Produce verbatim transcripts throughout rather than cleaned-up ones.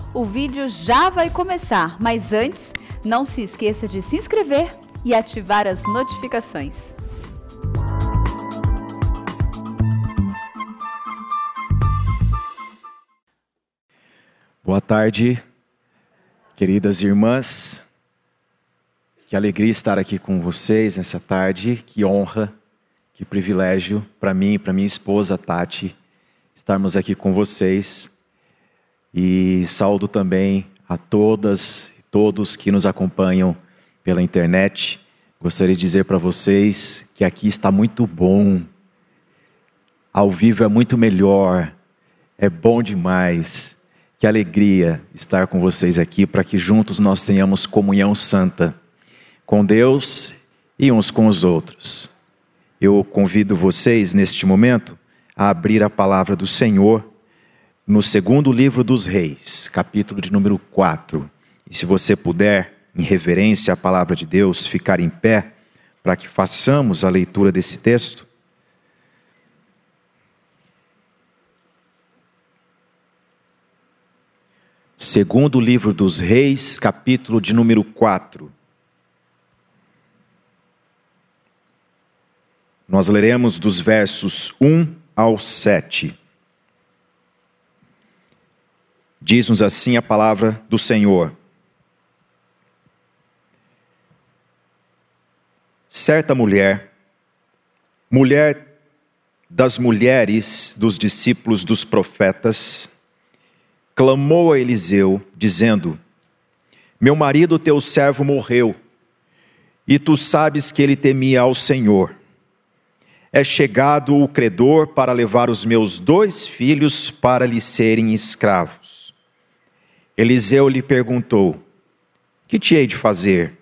O vídeo já vai começar, mas antes, não se esqueça de se inscrever e ativar as notificações. Boa tarde, queridas irmãs. Que alegria estar aqui com vocês nessa tarde. Que honra, que privilégio para mim e para minha esposa Tati estarmos aqui com vocês. E saúdo também a todas e todos que nos acompanham pela internet. Gostaria de dizer para vocês que aqui está muito bom. Ao vivo é muito melhor. É bom demais. Que alegria estar com vocês aqui para que juntos nós tenhamos comunhão santa com Deus e uns com os outros. Eu convido vocês neste momento a abrir a palavra do Senhor no segundo livro dos Reis, capítulo de número quatro. E se você puder, em reverência à palavra de Deus, ficar em pé para que façamos a leitura desse texto. Segundo livro dos Reis, capítulo de número quatro. Nós leremos dos versos um ao sete. Diz-nos assim a palavra do Senhor. Certa mulher, mulher das mulheres dos discípulos dos profetas, clamou a Eliseu, dizendo: meu marido, teu servo, morreu, e tu sabes que ele temia ao Senhor. É chegado o credor para levar os meus dois filhos para lhe serem escravos. Eliseu lhe perguntou: que te hei de fazer?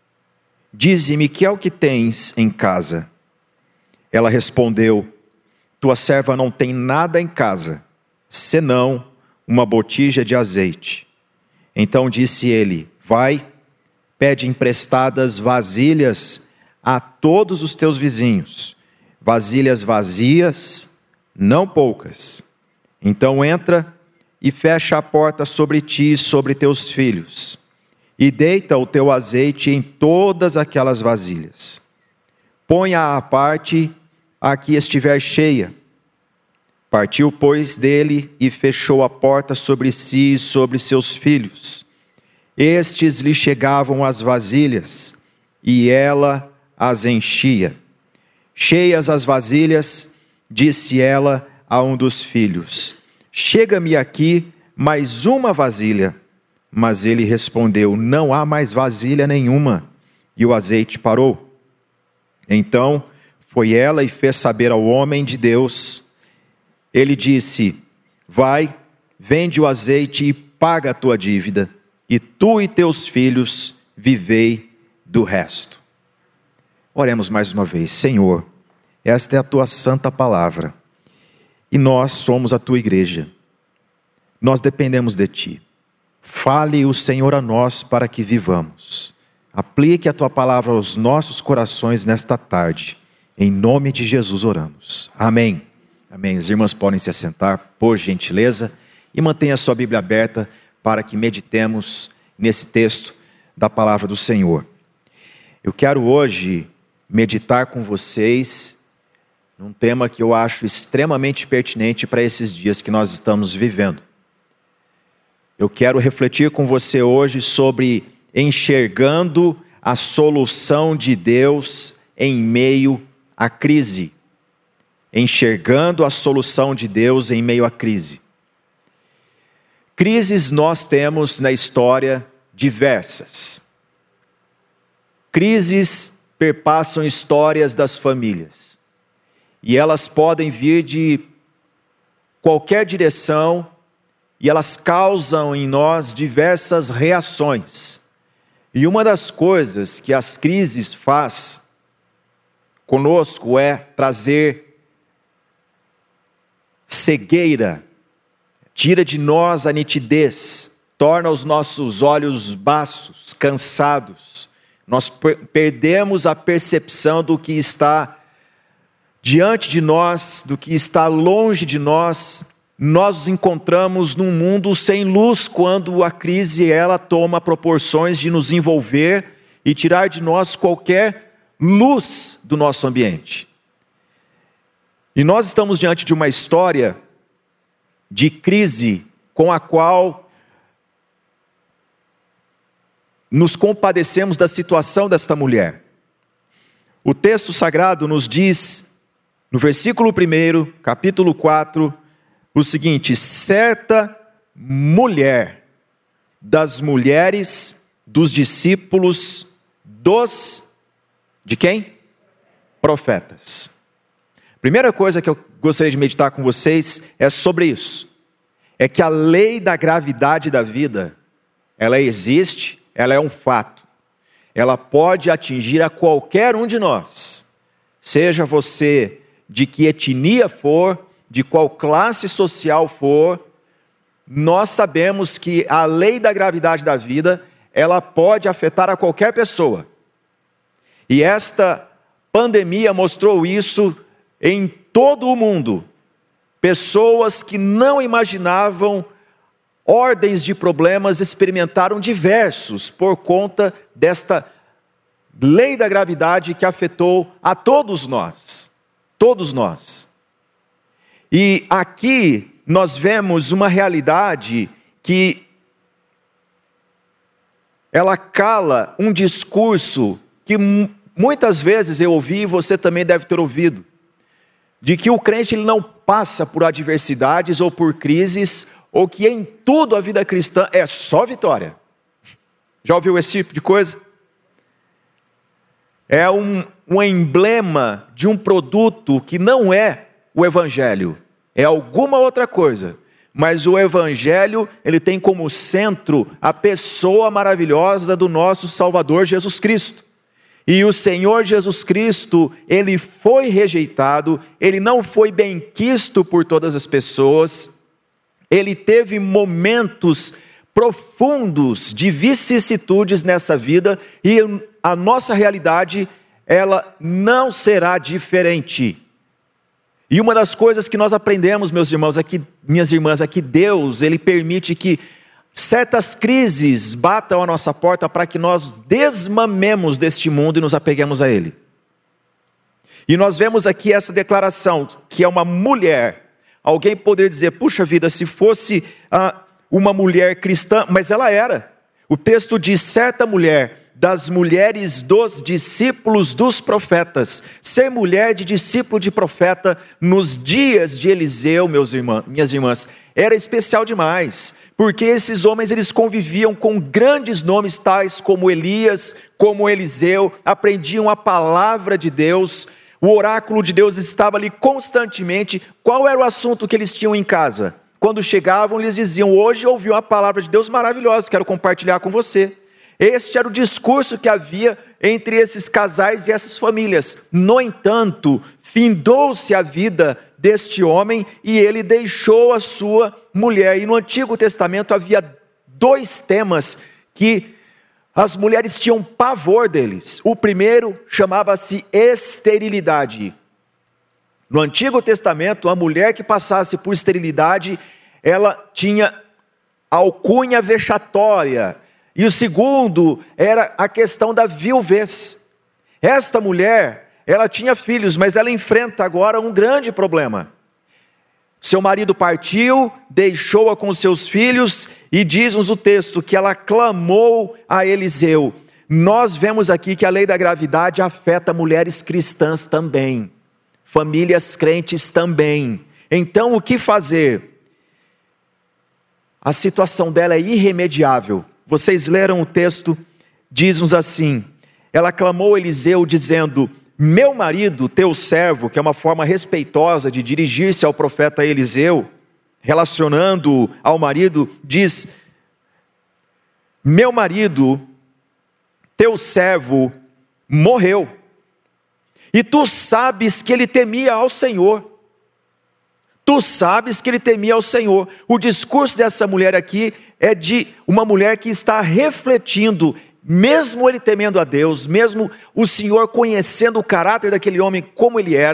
Dize-me que é o que tens em casa. Ela respondeu: tua serva não tem nada em casa, senão uma botija de azeite. Então disse ele: vai, pede emprestadas vasilhas a todos os teus vizinhos, vasilhas vazias, não poucas. Então entra e fecha a porta sobre ti e sobre teus filhos, e deita o teu azeite em todas aquelas vasilhas. Põe-a à parte a que estiver cheia. Partiu, pois, dele e fechou a porta sobre si e sobre seus filhos. Estes lhe chegavam as vasilhas, e ela as enchia. Cheias as vasilhas, disse ela a um dos filhos: chega-me aqui mais uma vasilha. Mas ele respondeu: não há mais vasilha nenhuma. E o azeite parou. Então foi ela e fez saber ao homem de Deus. Ele disse: vai, vende o azeite e paga a tua dívida, e tu e teus filhos vivei do resto. Oremos mais uma vez. Senhor, esta é a tua santa palavra, e nós somos a tua igreja. Nós dependemos de ti. Fale o Senhor a nós para que vivamos. Aplique a tua palavra aos nossos corações nesta tarde. Em nome de Jesus oramos. Amém. Amém. As irmãs podem se assentar, por gentileza, e mantenha a sua Bíblia aberta para que meditemos nesse texto da palavra do Senhor. Eu quero hoje meditar com vocês num tema que eu acho extremamente pertinente para esses dias que nós estamos vivendo. Eu quero refletir com você hoje sobre enxergando a solução de Deus em meio à crise. Enxergando a solução de Deus em meio à crise. Crises nós temos na história diversas. Crises perpassam histórias das famílias. E elas podem vir de qualquer direção, e elas causam em nós diversas reações. E uma das coisas que as crises faz conosco é trazer cegueira, tira de nós a nitidez, torna os nossos olhos baços, cansados. Nós perdemos a percepção do que está diante de nós, do que está longe de nós, nós nos encontramos num mundo sem luz quando a crise ela toma proporções de nos envolver e tirar de nós qualquer luz do nosso ambiente. E nós estamos diante de uma história de crise com a qual nos compadecemos da situação desta mulher. O texto sagrado nos diz, no versículo primeiro, capítulo quatro, o seguinte: certa mulher das mulheres dos discípulos dos, de quem? Profetas. Primeira coisa que eu gostaria de meditar com vocês é sobre isso. É que a lei da gravidade da vida, ela existe, ela é um fato. Ela pode atingir a qualquer um de nós. Seja você de que etnia for, de qual classe social for, nós sabemos que a lei da gravidade da vida, ela pode afetar a qualquer pessoa. E esta pandemia mostrou isso em todo o mundo. Pessoas que não imaginavam ordens de problemas experimentaram diversos por conta desta lei da gravidade que afetou a todos nós. Todos nós. E aqui nós vemos uma realidade que ela cala um discurso que muitas vezes eu ouvi e você também deve ter ouvido, de que o crente ele não passa por adversidades ou por crises, ou que em tudo a vida cristã é só vitória. Já ouviu esse tipo de coisa? É um, um emblema de um produto que não é o Evangelho, é alguma outra coisa. Mas o Evangelho, ele tem como centro a pessoa maravilhosa do nosso Salvador Jesus Cristo. E o Senhor Jesus Cristo, ele foi rejeitado, ele não foi benquisto por todas as pessoas, ele teve momentos profundos de vicissitudes nessa vida, e a nossa realidade, ela não será diferente. E uma das coisas que nós aprendemos, meus irmãos, aqui, minhas irmãs, é que Deus, ele permite que certas crises batam a nossa porta para que nós desmamemos deste mundo e nos apeguemos a ele. E nós vemos aqui essa declaração, que é uma mulher. Alguém poderia dizer, puxa vida, se fosse ah, uma mulher cristã, mas ela era. O texto diz, certa mulher das mulheres dos discípulos dos profetas. Ser mulher de discípulo de profeta nos dias de Eliseu, meus irmãos, minhas irmãs, era especial demais. Porque esses homens eles conviviam com grandes nomes tais como Elias, como Eliseu, aprendiam a palavra de Deus, o oráculo de Deus estava ali constantemente. Qual era o assunto que eles tinham em casa? Quando chegavam, eles diziam, hoje ouvi uma palavra de Deus maravilhosa, quero compartilhar com você. Este era o discurso que havia entre esses casais e essas famílias. No entanto, findou-se a vida deste homem e ele deixou a sua mulher. E no Antigo Testamento havia dois temas que as mulheres tinham pavor deles. O primeiro chamava-se esterilidade. No Antigo Testamento, a mulher que passasse por esterilidade, ela tinha alcunha vexatória. E o segundo era a questão da viuvez. Esta mulher, ela tinha filhos, mas ela enfrenta agora um grande problema. Seu marido partiu, deixou-a com seus filhos, e diz-nos o texto que ela clamou a Eliseu. Nós vemos aqui que a lei da gravidade afeta mulheres cristãs também, famílias crentes também. Então o que fazer? A situação dela é irremediável. Vocês leram o texto, diz-nos assim, ela clamou a Eliseu dizendo, meu marido, teu servo, que é uma forma respeitosa de dirigir-se ao profeta Eliseu, relacionando ao marido, diz, meu marido, teu servo, morreu, e tu sabes que ele temia ao Senhor, tu sabes que ele temia ao Senhor. O discurso dessa mulher aqui é de uma mulher que está refletindo, mesmo ele temendo a Deus, mesmo o Senhor conhecendo o caráter daquele homem como ele era,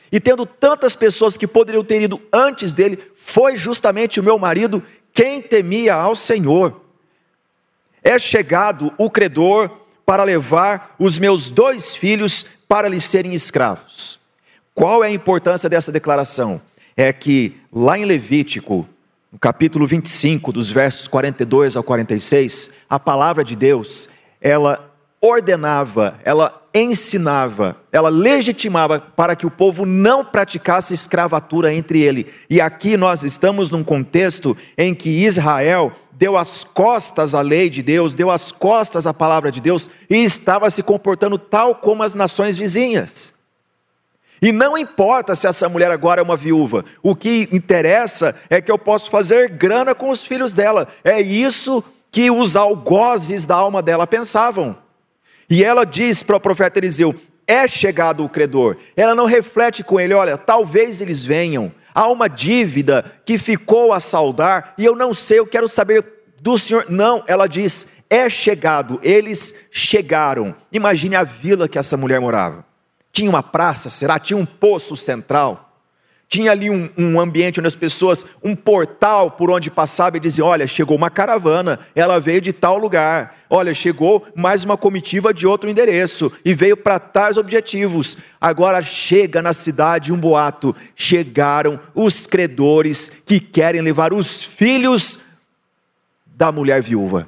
e tendo tantas pessoas que poderiam ter ido antes dele, foi justamente o meu marido quem temia ao Senhor. É chegado o credor para levar os meus dois filhos para lhes serem escravos. Qual é a importância dessa declaração? É que lá em Levítico, no capítulo vinte e cinco, dos versos quarenta e dois ao quarenta e seis, a palavra de Deus, ela ordenava, ela ensinava, ela legitimava para que o povo não praticasse escravatura entre ele. E aqui nós estamos num contexto em que Israel deu as costas à lei de Deus, deu as costas à palavra de Deus e estava se comportando tal como as nações vizinhas. E não importa se essa mulher agora é uma viúva, o que interessa é que eu posso fazer grana com os filhos dela. É isso que os algozes da alma dela pensavam. E ela diz para o profeta Eliseu, é chegado o credor. Ela não reflete com ele, olha, talvez eles venham, há uma dívida que ficou a saldar, e eu não sei, eu quero saber do Senhor. Não, ela diz, é chegado, eles chegaram. Imagine a vila que essa mulher morava. Tinha uma praça, será? Tinha um poço central. Tinha ali um, um ambiente onde as pessoas, um portal por onde passava e diziam, olha, chegou uma caravana, ela veio de tal lugar. Olha, chegou mais uma comitiva de outro endereço e veio para tais objetivos. Agora chega na cidade um boato, chegaram os credores que querem levar os filhos da mulher viúva.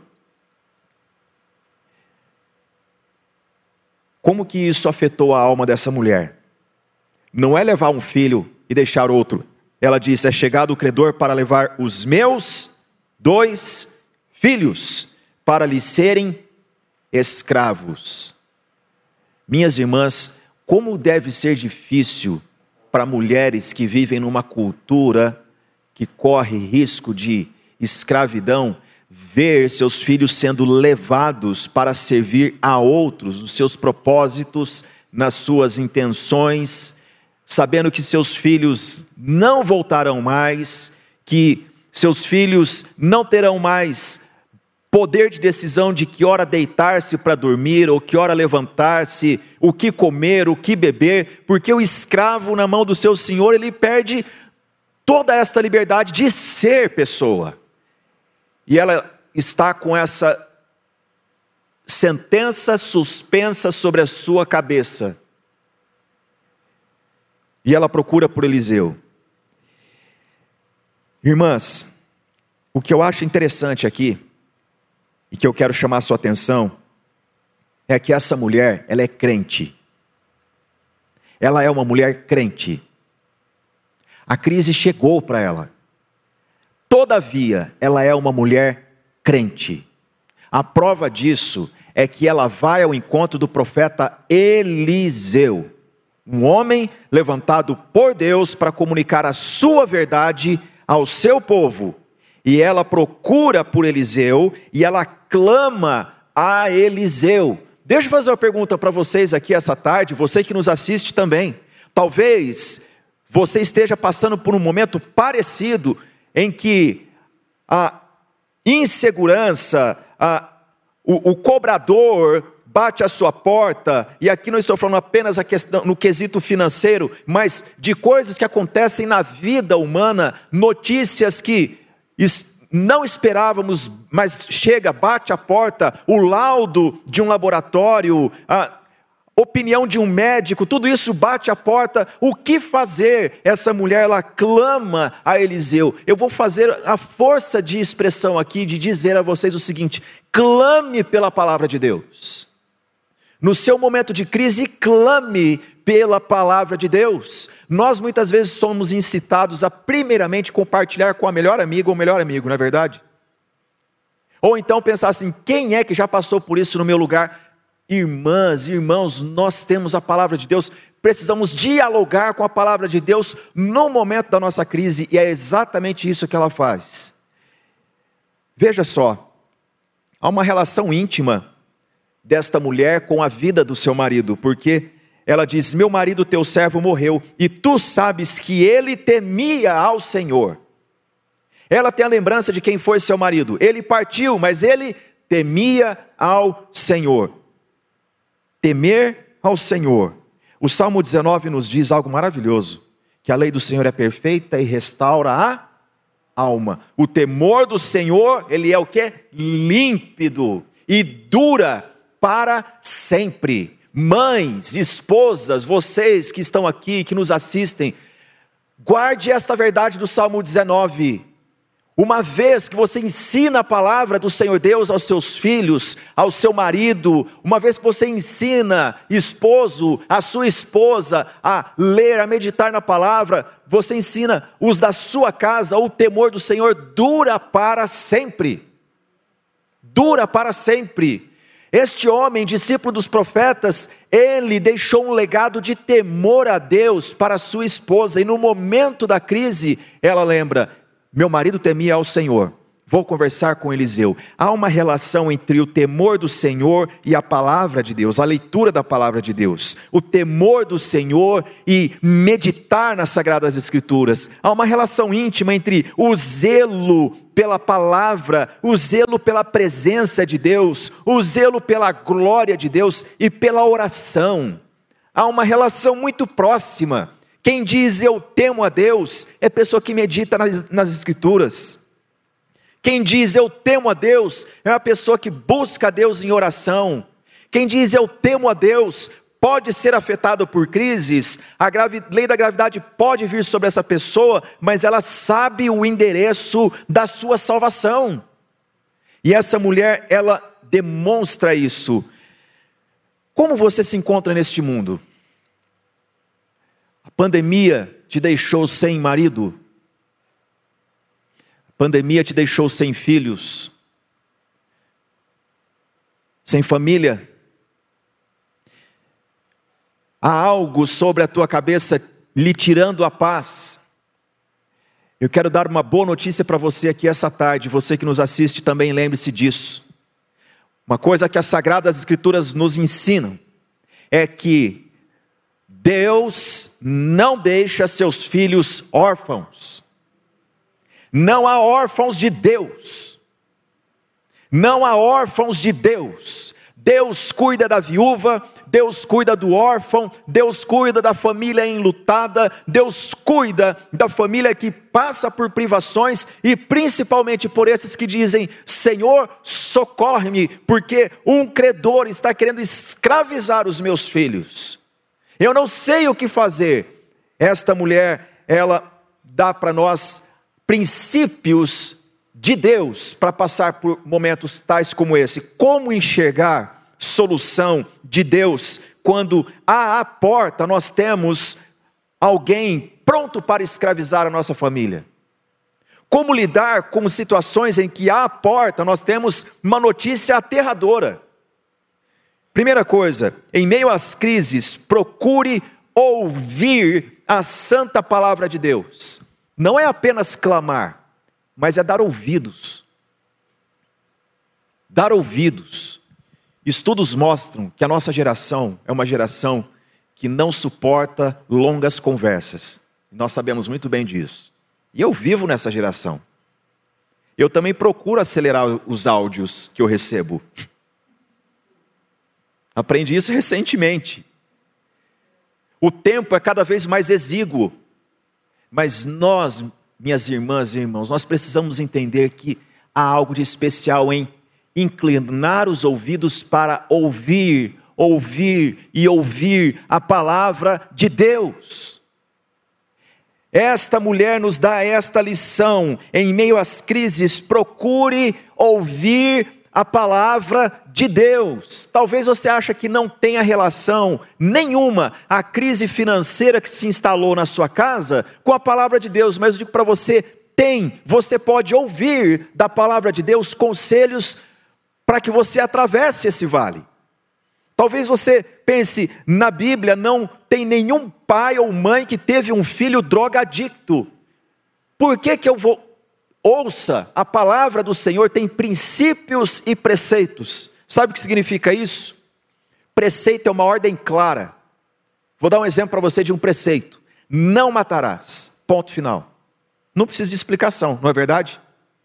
Como que isso afetou a alma dessa mulher? Não é levar um filho e deixar outro. Ela disse, é chegado o credor para levar os meus dois filhos, para lhes serem escravos. Minhas irmãs, como deve ser difícil para mulheres que vivem numa cultura que corre risco de escravidão, ver seus filhos sendo levados para servir a outros, nos seus propósitos, nas suas intenções, sabendo que seus filhos não voltarão mais, que seus filhos não terão mais poder de decisão de que hora deitar-se para dormir, ou que hora levantar-se, o que comer, o que beber, porque o escravo na mão do seu senhor, ele perde toda esta liberdade de ser pessoa. E ela está com essa sentença suspensa sobre a sua cabeça. E ela procura por Eliseu. Irmãs, o que eu acho interessante aqui, e que eu quero chamar a sua atenção, é que essa mulher, ela é crente. Ela é uma mulher crente. A crise chegou para ela. Todavia, ela é uma mulher crente. A prova disso é que ela vai ao encontro do profeta Eliseu, um homem levantado por Deus para comunicar a sua verdade ao seu povo. E ela procura por Eliseu e ela clama a Eliseu. Deixa eu fazer uma pergunta para vocês aqui essa tarde, você que nos assiste também. Talvez você esteja passando por um momento parecido em que a insegurança, a, o, o cobrador bate à sua porta, e aqui não estou falando apenas a questão, no quesito financeiro, mas de coisas que acontecem na vida humana, notícias que não esperávamos, mas chega, bate à porta, o laudo de um laboratório, a opinião de um médico, tudo isso bate à porta. O que fazer? Essa mulher, ela clama a Eliseu. Eu vou fazer a força de expressão aqui, de dizer a vocês o seguinte: clame pela palavra de Deus. No seu momento de crise, clame pela palavra de Deus. Nós muitas vezes somos incitados a primeiramente compartilhar com a melhor amiga ou o melhor amigo, não é verdade? Ou então pensar assim, quem é que já passou por isso no meu lugar? Irmãs, irmãos, nós temos a palavra de Deus, precisamos dialogar com a palavra de Deus no momento da nossa crise, e é exatamente isso que ela faz. Veja só, há uma relação íntima desta mulher com a vida do seu marido, porque ela diz, meu marido teu servo morreu, e tu sabes que ele temia ao Senhor. Ela tem a lembrança de quem foi seu marido, ele partiu, mas ele temia ao Senhor. Temer ao Senhor. O Salmo dezenove nos diz algo maravilhoso, que a lei do Senhor é perfeita e restaura a alma. O temor do Senhor, ele é o que? Límpido e dura para sempre. Mães, esposas, vocês que estão aqui, que nos assistem, guarde esta verdade do Salmo dezenove. Uma vez que você ensina a palavra do Senhor Deus aos seus filhos, ao seu marido, uma vez que você ensina, esposo, a sua esposa a ler, a meditar na palavra, você ensina os da sua casa, o temor do Senhor dura para sempre. Dura para sempre. Este homem, discípulo dos profetas, ele deixou um legado de temor a Deus para a sua esposa, e no momento da crise, ela lembra: meu marido temia ao Senhor, vou conversar com Eliseu. Há uma relação entre o temor do Senhor e a palavra de Deus, a leitura da palavra de Deus. O temor do Senhor e meditar nas Sagradas Escrituras. Há uma relação íntima entre o zelo pela palavra, o zelo pela presença de Deus, o zelo pela glória de Deus e pela oração. Há uma relação muito próxima. Quem diz eu temo a Deus, é pessoa que medita nas, nas Escrituras. Quem diz eu temo a Deus, é uma pessoa que busca a Deus em oração. Quem diz eu temo a Deus, pode ser afetado por crises, a gravi, lei da gravidade pode vir sobre essa pessoa, mas ela sabe o endereço da sua salvação. E essa mulher, ela demonstra isso. Como você se encontra neste mundo? A pandemia te deixou sem marido. A pandemia te deixou sem filhos. Sem família. Há algo sobre a tua cabeça lhe tirando a paz. Eu quero dar uma boa notícia para você aqui essa tarde. Você que nos assiste também, lembre-se disso. Uma coisa que as Sagradas Escrituras nos ensinam é que Deus não deixa seus filhos órfãos. Não há órfãos de Deus. Não há órfãos de Deus. Deus cuida da viúva, Deus cuida do órfão, Deus cuida da família enlutada, Deus cuida da família que passa por privações e principalmente por esses que dizem: Senhor, socorre-me, porque um credor está querendo escravizar os meus filhos. Eu não sei o que fazer. Esta mulher, ela dá para nós princípios de Deus para passar por momentos tais como esse. Como enxergar solução de Deus quando à porta nós temos alguém pronto para escravizar a nossa família? Como lidar com situações em que à porta nós temos uma notícia aterradora? Primeira coisa, em meio às crises, procure ouvir a santa palavra de Deus. Não é apenas clamar, mas é dar ouvidos. Dar ouvidos. Estudos mostram que a nossa geração é uma geração que não suporta longas conversas. Nós sabemos muito bem disso. E eu vivo nessa geração. Eu também procuro acelerar os áudios que eu recebo. Aprendi isso recentemente. O tempo é cada vez mais exíguo. Mas nós, minhas irmãs e irmãos, nós precisamos entender que há algo de especial em inclinar os ouvidos para ouvir, ouvir e ouvir a palavra de Deus. Esta mulher nos dá esta lição: em meio às crises, procure ouvir a palavra de Deus. Talvez você ache que não tenha relação nenhuma a crise financeira que se instalou na sua casa com a palavra de Deus, mas eu digo para você, tem. Você pode ouvir da palavra de Deus conselhos para que você atravesse esse vale. Talvez você pense, na Bíblia não tem nenhum pai ou mãe que teve um filho drogadicto. Por que que eu vou... Ouça, a palavra do Senhor tem princípios e preceitos. Sabe o que significa isso? Preceito é uma ordem clara. Vou dar um exemplo para você de um preceito. Não matarás. Ponto final. Não precisa de explicação, não é verdade?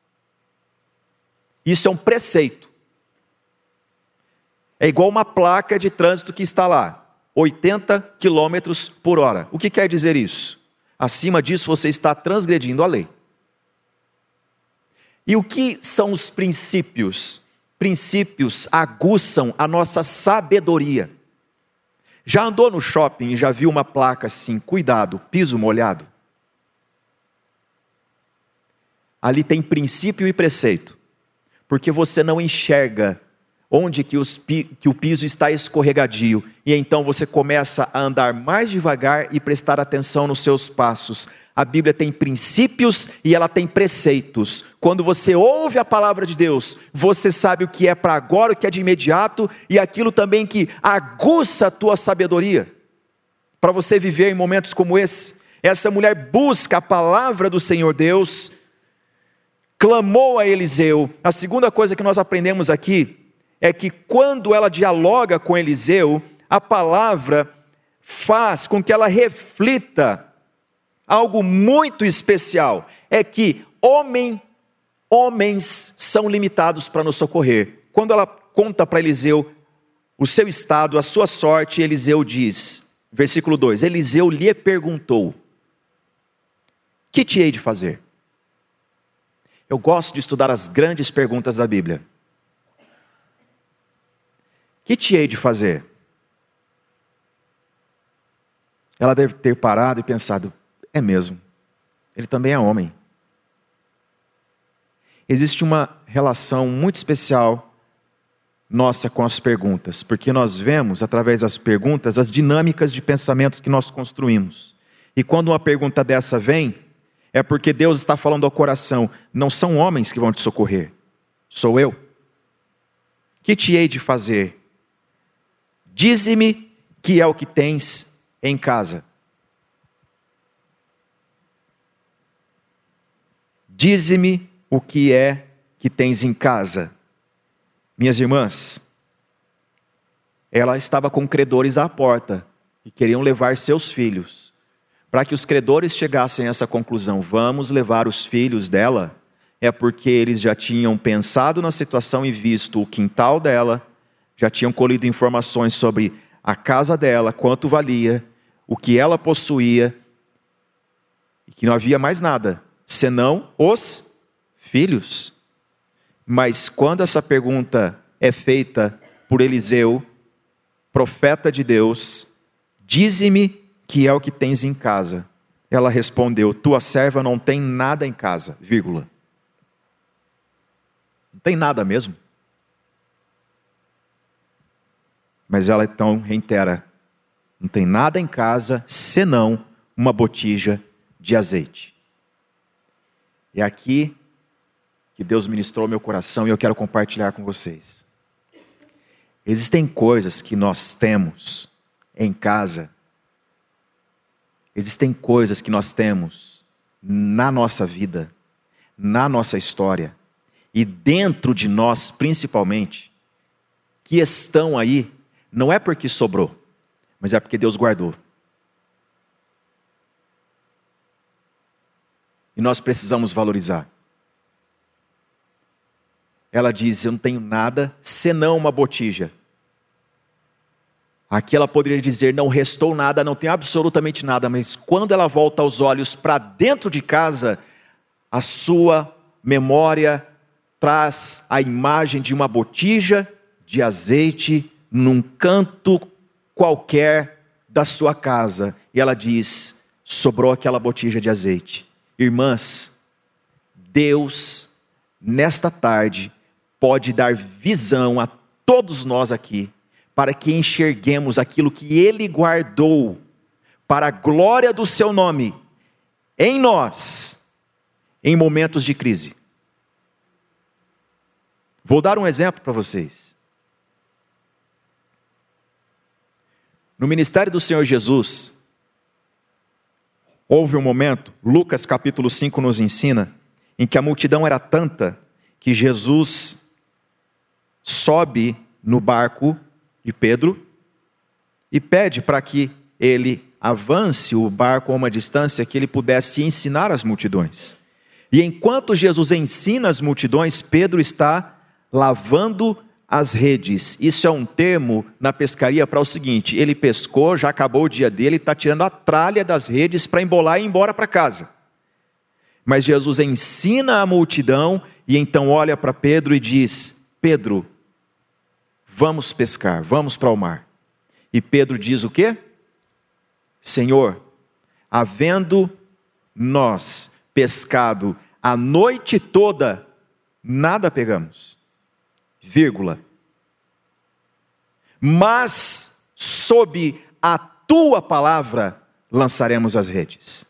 Isso é um preceito. É igual uma placa de trânsito que está lá. oitenta quilômetros por hora. O que quer dizer isso? Acima disso você está transgredindo a lei. E o que são os princípios? Princípios aguçam a nossa sabedoria. Já andou no shopping e já viu uma placa assim, cuidado, piso molhado? Ali tem princípio e preceito, porque você não enxerga onde que, os, que o piso está escorregadio, e então você começa a andar mais devagar e prestar atenção nos seus passos. A Bíblia tem princípios e ela tem preceitos. Quando você ouve a palavra de Deus, você sabe o que é para agora, o que é de imediato, e aquilo também que aguça a tua sabedoria, para você viver em momentos como esse. Essa mulher busca a palavra do Senhor Deus, clamou a Eliseu. A segunda coisa que nós aprendemos aqui é que quando ela dialoga com Eliseu, a palavra faz com que ela reflita algo muito especial. É que homem, homens são limitados para nos socorrer. Quando ela conta para Eliseu o seu estado, a sua sorte, Eliseu diz, versículo dois, Eliseu lhe perguntou: que te hei de fazer? Eu gosto de estudar as grandes perguntas da Bíblia. Que te hei de fazer? Ela deve ter parado e pensado, é mesmo, ele também é homem. Existe uma relação muito especial nossa com as perguntas, porque nós vemos através das perguntas as dinâmicas de pensamentos que nós construímos. E quando uma pergunta dessa vem, é porque Deus está falando ao coração, não são homens que vão te socorrer, sou eu. Que te hei de fazer? Dize-me que é o que tens em casa. Dize-me o que é que tens em casa. Minhas irmãs, ela estava com credores à porta e queriam levar seus filhos. Para que os credores chegassem a essa conclusão, vamos levar os filhos dela, é porque eles já tinham pensado na situação e visto o quintal dela, já tinham colhido informações sobre a casa dela, quanto valia, o que ela possuía, e que não havia mais nada, senão os filhos. Mas quando essa pergunta é feita por Eliseu, profeta de Deus, dize-me que é o que tens em casa. Ela respondeu, tua serva não tem nada em casa, vírgula. Não tem nada mesmo. Mas ela então reitera, não tem nada em casa, senão uma botija de azeite. É aqui que Deus ministrou meu coração e eu quero compartilhar com vocês. Existem coisas que nós temos em casa, existem coisas que nós temos na nossa vida, na nossa história, e dentro de nós principalmente, que estão aí, não é porque sobrou, mas é porque Deus guardou. E nós precisamos valorizar. Ela diz, eu não tenho nada, senão uma botija. Aqui ela poderia dizer, não restou nada, não tenho absolutamente nada, mas quando ela volta os olhos para dentro de casa, a sua memória traz a imagem de uma botija de azeite num canto qualquer da sua casa. E ela diz, sobrou aquela botija de azeite. Irmãs, Deus, nesta tarde, pode dar visão a todos nós aqui, para que enxerguemos aquilo que Ele guardou, para a glória do Seu nome, em nós, em momentos de crise. Vou dar um exemplo para vocês. No ministério do Senhor Jesus, houve um momento, Lucas capítulo cinco nos ensina, em que a multidão era tanta, que Jesus sobe no barco de Pedro e pede para que ele avance o barco a uma distância que ele pudesse ensinar as multidões. E enquanto Jesus ensina as multidões, Pedro está lavando as redes. Isso é um termo na pescaria para o seguinte: ele pescou, já acabou o dia dele, está tirando a tralha das redes para embolar e ir embora para casa. Mas Jesus ensina a multidão e então olha para Pedro e diz: Pedro, vamos pescar, vamos para o mar. E Pedro diz o quê? Senhor, havendo nós pescado a noite toda, nada pegamos, vírgula. Mas sob a tua palavra lançaremos as redes.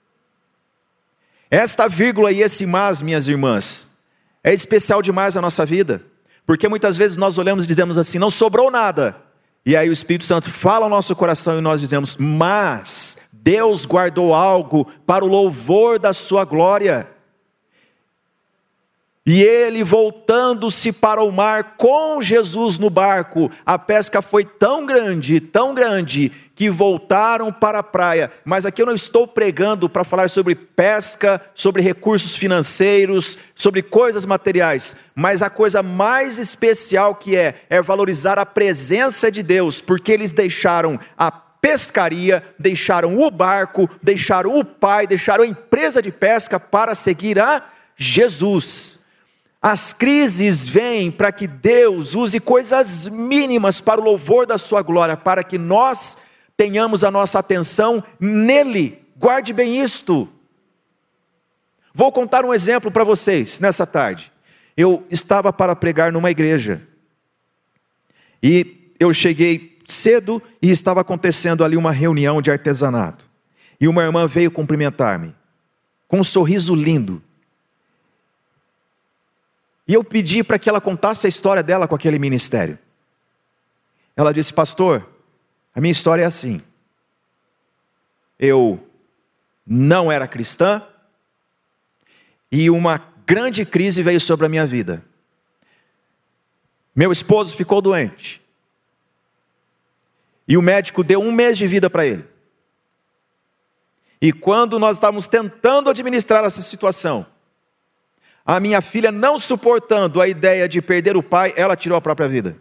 Esta vírgula e esse mas, minhas irmãs, é especial demais na nossa vida, porque muitas vezes nós olhamos e dizemos assim: não sobrou nada. E aí o Espírito Santo fala ao nosso coração e nós dizemos: mas Deus guardou algo para o louvor da sua glória. E ele, voltando-se para o mar com Jesus no barco, a pesca foi tão grande, tão grande, que voltaram para a praia. Mas aqui eu não estou pregando para falar sobre pesca, sobre recursos financeiros, sobre coisas materiais. Mas a coisa mais especial que é, é valorizar a presença de Deus, porque eles deixaram a pescaria, deixaram o barco, deixaram o pai, deixaram a empresa de pesca para seguir a Jesus. As crises vêm para que Deus use coisas mínimas para o louvor da sua glória, para que nós tenhamos a nossa atenção nele. Guarde bem isto. Vou contar um exemplo para vocês nessa tarde. Eu estava para pregar numa igreja, e eu cheguei cedo e estava acontecendo ali uma reunião de artesanato, e uma irmã veio cumprimentar-me, com um sorriso lindo, e eu pedi para que ela contasse a história dela com aquele ministério. Ela disse: pastor, a minha história é assim, eu não era cristã, e uma grande crise veio sobre a minha vida. Meu esposo ficou doente, e o médico deu um mês de vida para ele. E quando nós estávamos tentando administrar essa situação, a minha filha, não suportando a ideia de perder o pai, ela tirou a própria vida.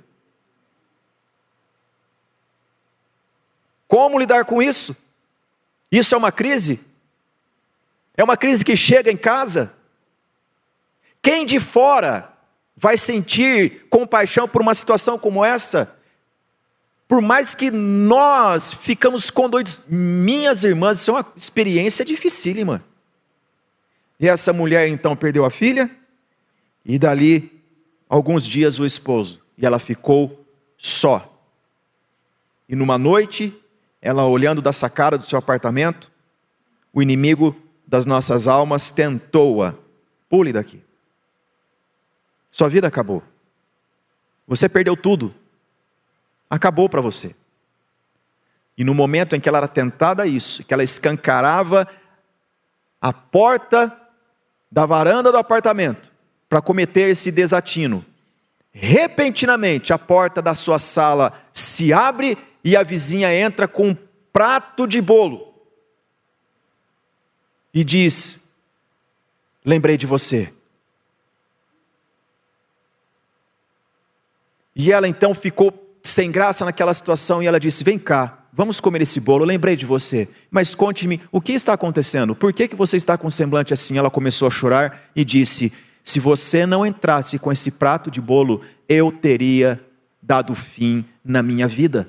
Como lidar com isso? Isso é uma crise? É uma crise que chega em casa? Quem de fora vai sentir compaixão por uma situação como essa? Por mais que nós ficamos condoídos. Minhas irmãs, isso é uma experiência dificílima. E essa mulher então perdeu a filha, e dali alguns dias o esposo, e ela ficou só. E numa noite, ela olhando da sacada do seu apartamento, o inimigo das nossas almas tentou-a: pule daqui. Sua vida acabou. Você perdeu tudo. Acabou para você. E no momento em que ela era tentada a isso, que ela escancarava a porta da varanda do apartamento para cometer esse desatino, repentinamente a porta da sua sala se abre e a vizinha entra com um prato de bolo e diz: lembrei de você. E ela então ficou sem graça naquela situação e ela disse: vem cá, vamos comer esse bolo, eu lembrei de você, mas conte-me, o que está acontecendo? Por que, que você está com um semblante assim? Ela começou a chorar e disse: se você não entrasse com esse prato de bolo, eu teria dado fim na minha vida.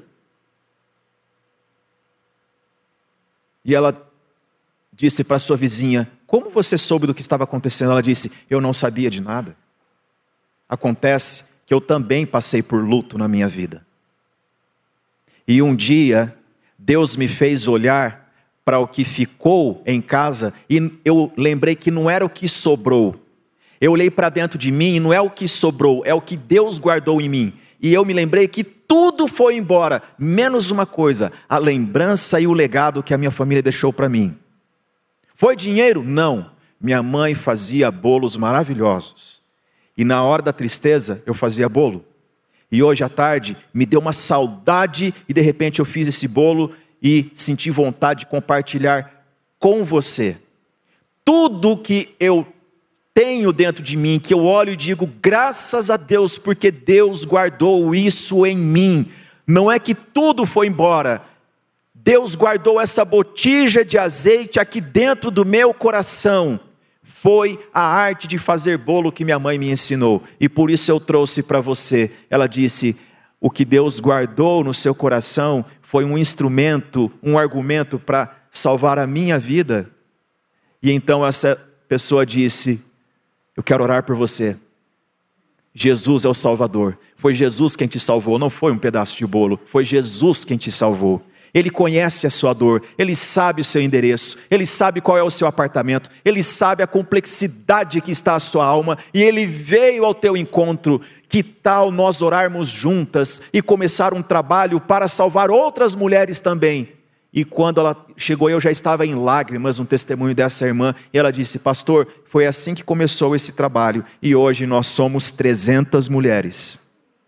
E ela disse para sua vizinha: como você soube do que estava acontecendo? Ela disse: eu não sabia de nada. Acontece que eu também passei por luto na minha vida. E um dia, Deus me fez olhar para o que ficou em casa, e eu lembrei que não era o que sobrou. Eu olhei para dentro de mim e não é o que sobrou, é o que Deus guardou em mim. E eu me lembrei que tudo foi embora, menos uma coisa: a lembrança e o legado que a minha família deixou para mim. Foi dinheiro? Não. Minha mãe fazia bolos maravilhosos. E na hora da tristeza, eu fazia bolo. E hoje à tarde, me deu uma saudade, e de repente eu fiz esse bolo, e senti vontade de compartilhar com você. Tudo que eu tenho dentro de mim, que eu olho e digo, graças a Deus, porque Deus guardou isso em mim. Não é que tudo foi embora, Deus guardou essa botija de azeite aqui dentro do meu coração. Foi a arte de fazer bolo que minha mãe me ensinou, e por isso eu trouxe para você. Ela disse, o que Deus guardou no seu coração foi um instrumento, um argumento para salvar a minha vida. E então essa pessoa disse, eu quero orar por você. Jesus é o Salvador. Foi Jesus quem te salvou, não foi um pedaço de bolo. Foi Jesus quem te salvou. Ele conhece a sua dor, Ele sabe o seu endereço, Ele sabe qual é o seu apartamento, Ele sabe a complexidade que está a sua alma, e Ele veio ao teu encontro. Que tal nós orarmos juntas e começar um trabalho para salvar outras mulheres também? E quando ela chegou, eu já estava em lágrimas, um testemunho dessa irmã, e ela disse, pastor, foi assim que começou esse trabalho, e hoje nós somos trezentas mulheres.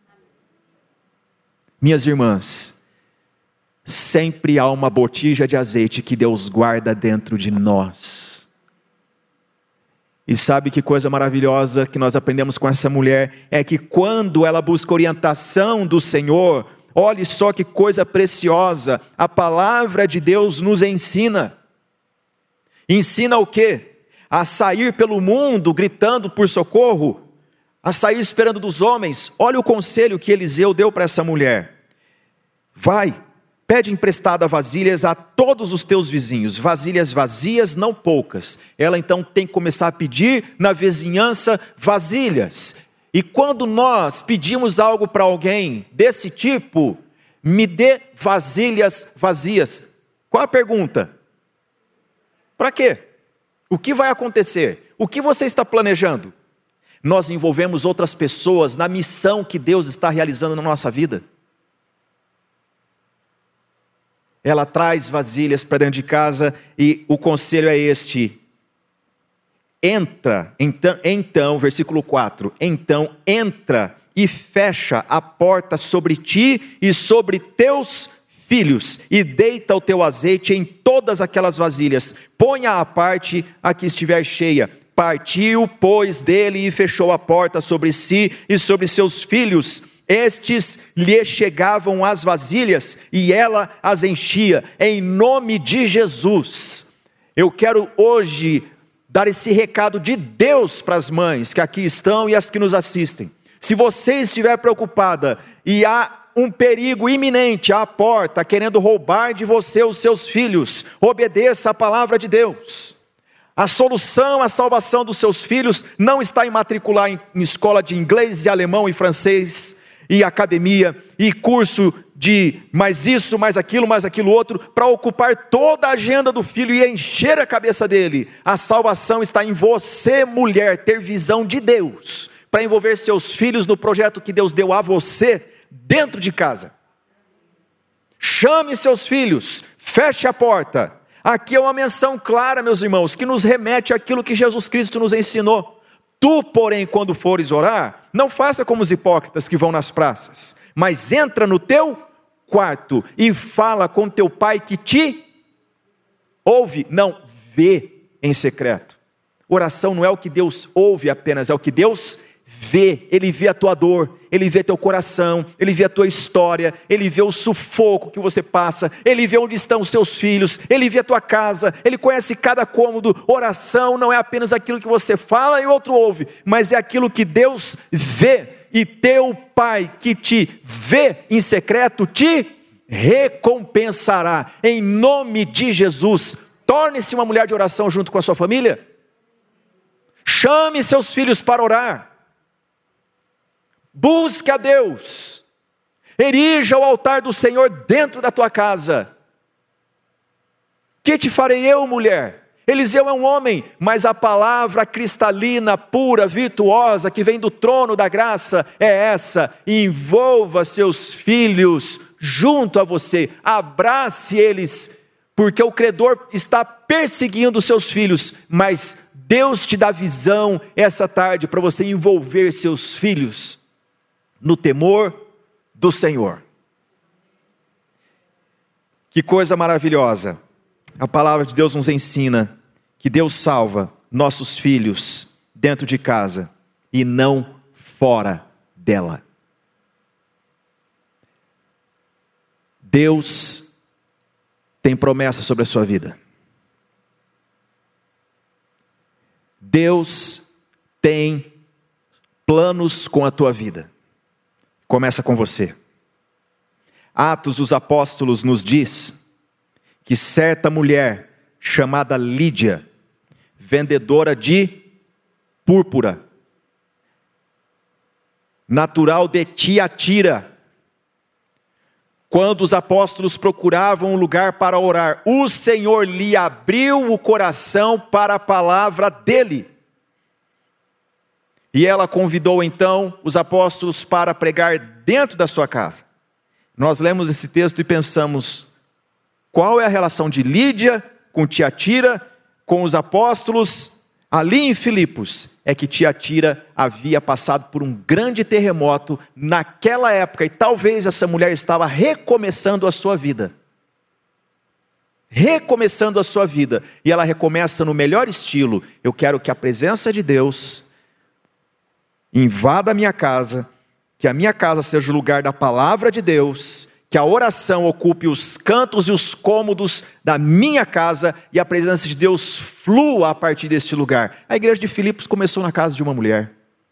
Minhas irmãs, sempre há uma botija de azeite que Deus guarda dentro de nós. E sabe que coisa maravilhosa que nós aprendemos com essa mulher? É que quando ela busca orientação do Senhor, olhe só que coisa preciosa, a palavra de Deus nos ensina. Ensina o quê? A sair pelo mundo gritando por socorro, a sair esperando dos homens. Olha o conselho que Eliseu deu para essa mulher. Vai, pede emprestada vasilhas a todos os teus vizinhos, vasilhas vazias, não poucas. Ela então tem que começar a pedir na vizinhança vasilhas. E quando nós pedimos algo para alguém desse tipo, me dê vasilhas vazias. Qual a pergunta? Para quê? O que vai acontecer? O que você está planejando? Nós envolvemos outras pessoas na missão que Deus está realizando na nossa vida. Ela traz vasilhas para dentro de casa e o conselho é este. Entra, então, então, versículo quatro. Então entra e fecha a porta sobre ti e sobre teus filhos e deita o teu azeite em todas aquelas vasilhas. Ponha à parte a que estiver cheia. Partiu, pois, dele e fechou a porta sobre si e sobre seus filhos. Estes lhe chegavam as vasilhas e ela as enchia, em nome de Jesus. Eu quero hoje dar esse recado de Deus para as mães que aqui estão e as que nos assistem. Se você estiver preocupada e há um perigo iminente à porta, querendo roubar de você os seus filhos, obedeça a palavra de Deus. A solução, a salvação dos seus filhos não está em matricular em, em escola de inglês e alemão e francês, e academia, e curso de mais isso, mais aquilo, mais aquilo outro, para ocupar toda a agenda do filho e encher a cabeça dele. A salvação está em você, mulher, ter visão de Deus, para envolver seus filhos no projeto que Deus deu a você, dentro de casa. Chame seus filhos, feche a porta. Aqui é uma menção clara, meus irmãos, que nos remete àquilo que Jesus Cristo nos ensinou. Tu, porém, quando fores orar, não faça como os hipócritas que vão nas praças, mas entra no teu quarto e fala com teu pai que te ouve, não vê em secreto. Oração não é o que Deus ouve apenas, é o que Deus vê. Ele vê a tua dor, Ele vê teu coração, Ele vê a tua história, Ele vê o sufoco que você passa, Ele vê onde estão os seus filhos, Ele vê a tua casa, Ele conhece cada cômodo. Oração não é apenas aquilo que você fala e outro ouve, mas é aquilo que Deus vê, e teu Pai que te vê em secreto te recompensará. Em nome de Jesus, torne-se uma mulher de oração junto com a sua família. Chame seus filhos para orar. Busque a Deus, erija o altar do Senhor dentro da tua casa. Que te farei eu, mulher? Eliseu é um homem, mas a palavra cristalina, pura, virtuosa, que vem do trono da graça, é essa: envolva seus filhos junto a você, abrace eles, porque o credor está perseguindo seus filhos, mas Deus te dá visão essa tarde para você envolver seus filhos no temor do Senhor. Que coisa maravilhosa. A palavra de Deus nos ensina que Deus salva nossos filhos dentro de casa e não fora dela. Deus tem promessa sobre a sua vida. Deus tem planos com a tua vida. Começa com você. Atos dos Apóstolos nos diz que certa mulher chamada Lídia, vendedora de púrpura, natural de Tiatira, quando os apóstolos procuravam um lugar para orar, o Senhor lhe abriu o coração para a palavra dele. E ela convidou então os apóstolos para pregar dentro da sua casa. Nós lemos esse texto e pensamos, qual é a relação de Lídia com Tiatira, com os apóstolos? Ali em Filipos, é que Tiatira havia passado por um grande terremoto naquela época, e talvez essa mulher estava recomeçando a sua vida. Recomeçando a sua vida, e ela recomeça no melhor estilo. Eu quero que a presença de Deus invada a minha casa, que a minha casa seja o lugar da palavra de Deus, que a oração ocupe os cantos e os cômodos da minha casa, e a presença de Deus flua a partir deste lugar. A igreja de Filipos começou na casa de uma mulher.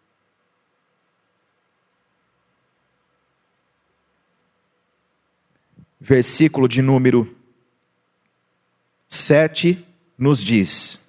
Versículo de número sete nos diz: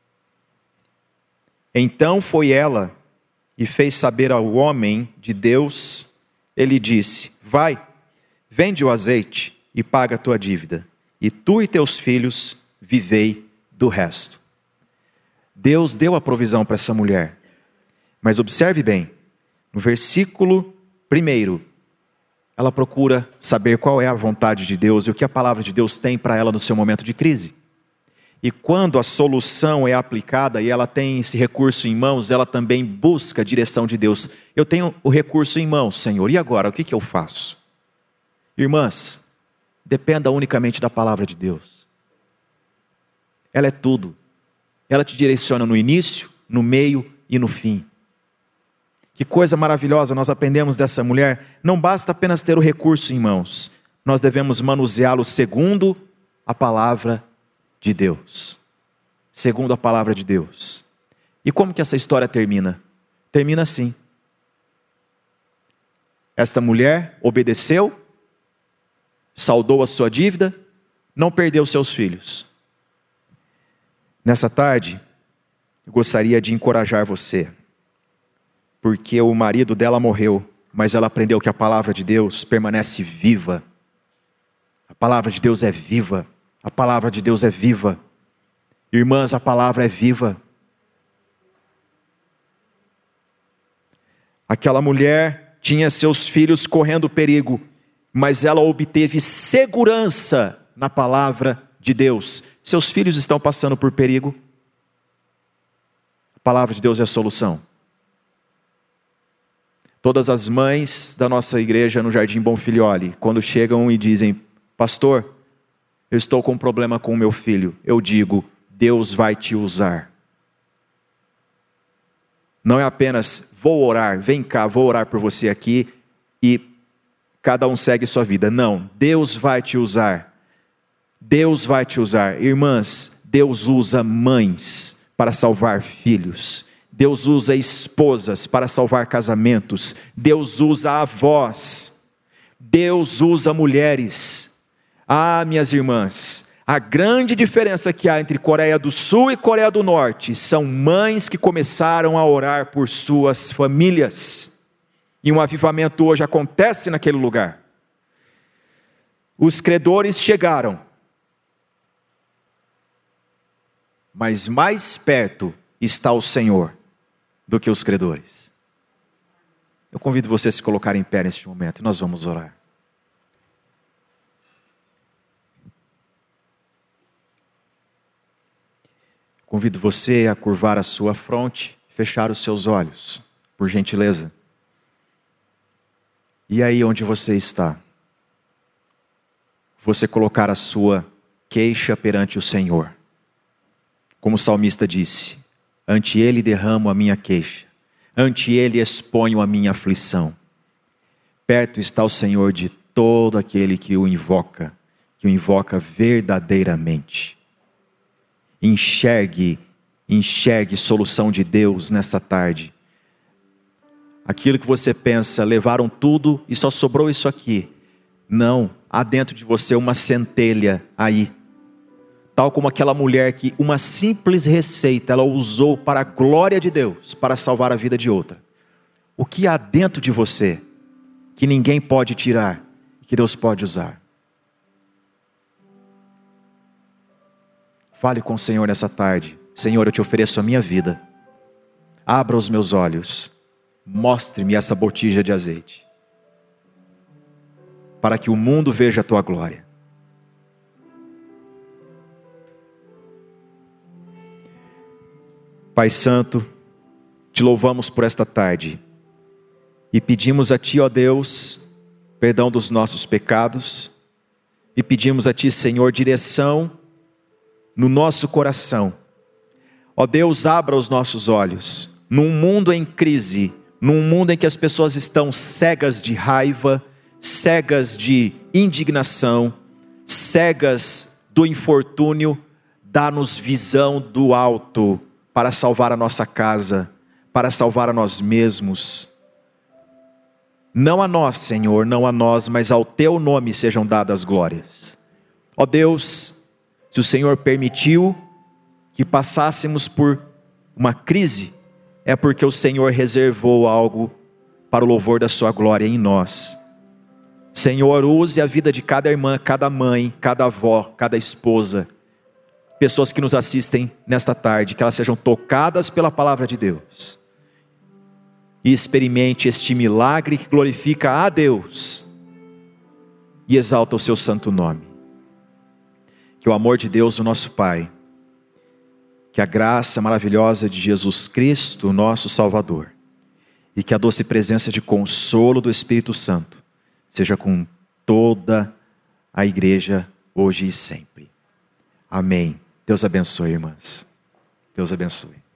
então foi ela e fez saber ao homem de Deus. Ele disse: vai, vende o azeite e paga a tua dívida, e tu e teus filhos vivei do resto. Deus deu a provisão para essa mulher. Mas observe bem, no versículo primeiro, ela procura saber qual é a vontade de Deus e o que a palavra de Deus tem para ela no seu momento de crise. E quando a solução é aplicada e ela tem esse recurso em mãos, ela também busca a direção de Deus. Eu tenho o recurso em mãos, Senhor, e agora, o que que eu faço? Irmãs, dependa unicamente da palavra de Deus. Ela é tudo. Ela te direciona no início, no meio e no fim. Que coisa maravilhosa nós aprendemos dessa mulher. Não basta apenas ter o recurso em mãos. Nós devemos manuseá-lo segundo a palavra de Deus. Segundo a palavra de Deus. E como que essa história termina? Termina assim. Esta mulher obedeceu, saldou a sua dívida, não perdeu seus filhos. Nessa tarde, eu gostaria de encorajar você, porque o marido dela morreu, mas ela aprendeu que a palavra de Deus permanece viva. A palavra de Deus é viva. A palavra de Deus é viva. Irmãs, a palavra é viva. Aquela mulher tinha seus filhos correndo perigo, mas ela obteve segurança na palavra de Deus. Seus filhos estão passando por perigo. A palavra de Deus é a solução. Todas as mães da nossa igreja no Jardim Bonfilioli, quando chegam e dizem: pastor, eu estou com um problema com o meu filho, eu digo: Deus vai te usar. Não é apenas vou orar, vem cá, vou orar por você aqui e cada um segue sua vida. Não, Deus vai te usar. Deus vai te usar. Irmãs, Deus usa mães para salvar filhos. Deus usa esposas para salvar casamentos. Deus usa avós. Deus usa mulheres. Ah, minhas irmãs, a grande diferença que há entre Coreia do Sul e Coreia do Norte são mães que começaram a orar por suas famílias. E um avivamento hoje acontece naquele lugar. Os credores chegaram, mas mais perto está o Senhor do que os credores. Eu convido você a se colocar em pé neste momento e nós vamos orar. Convido você a curvar a sua fronte, fechar os seus olhos, por gentileza. E aí onde você está, você colocar a sua queixa perante o Senhor. Como o salmista disse: ante Ele derramo a minha queixa, ante Ele exponho a minha aflição. Perto está o Senhor de todo aquele que o invoca, que o invoca verdadeiramente. Enxergue, enxergue solução de Deus nessa tarde. Aquilo que você pensa, levaram tudo e só sobrou isso aqui. Não, há dentro de você uma centelha aí. Tal como aquela mulher que uma simples receita ela usou para a glória de Deus, para salvar a vida de outra. O que há dentro de você que ninguém pode tirar, que Deus pode usar? Fale com o Senhor nessa tarde. Senhor, eu te ofereço a minha vida. Abra os meus olhos. Mostre-me essa botija de azeite, para que o mundo veja a tua glória. Pai Santo, te louvamos por esta tarde e pedimos a Ti, ó Deus, perdão dos nossos pecados e pedimos a Ti, Senhor, direção no nosso coração. Ó Deus, abra os nossos olhos. Num mundo em crise, num mundo em que as pessoas estão cegas de raiva, cegas de indignação, cegas do infortúnio, dá-nos visão do alto, para salvar a nossa casa, para salvar a nós mesmos. Não a nós, Senhor, não a nós, mas ao Teu nome sejam dadas glórias. Ó Deus, se o Senhor permitiu que passássemos por uma crise, é porque o Senhor reservou algo para o louvor da Sua glória em nós. Senhor, use a vida de cada irmã, cada mãe, cada avó, cada esposa, pessoas que nos assistem nesta tarde, que elas sejam tocadas pela palavra de Deus e experimente este milagre que glorifica a Deus e exalta o seu santo nome. Que o amor de Deus, o nosso Pai, que a graça maravilhosa de Jesus Cristo, nosso Salvador, e que a doce presença de consolo do Espírito Santo seja com toda a igreja hoje e sempre. Amém. Deus abençoe, irmãs. Deus abençoe.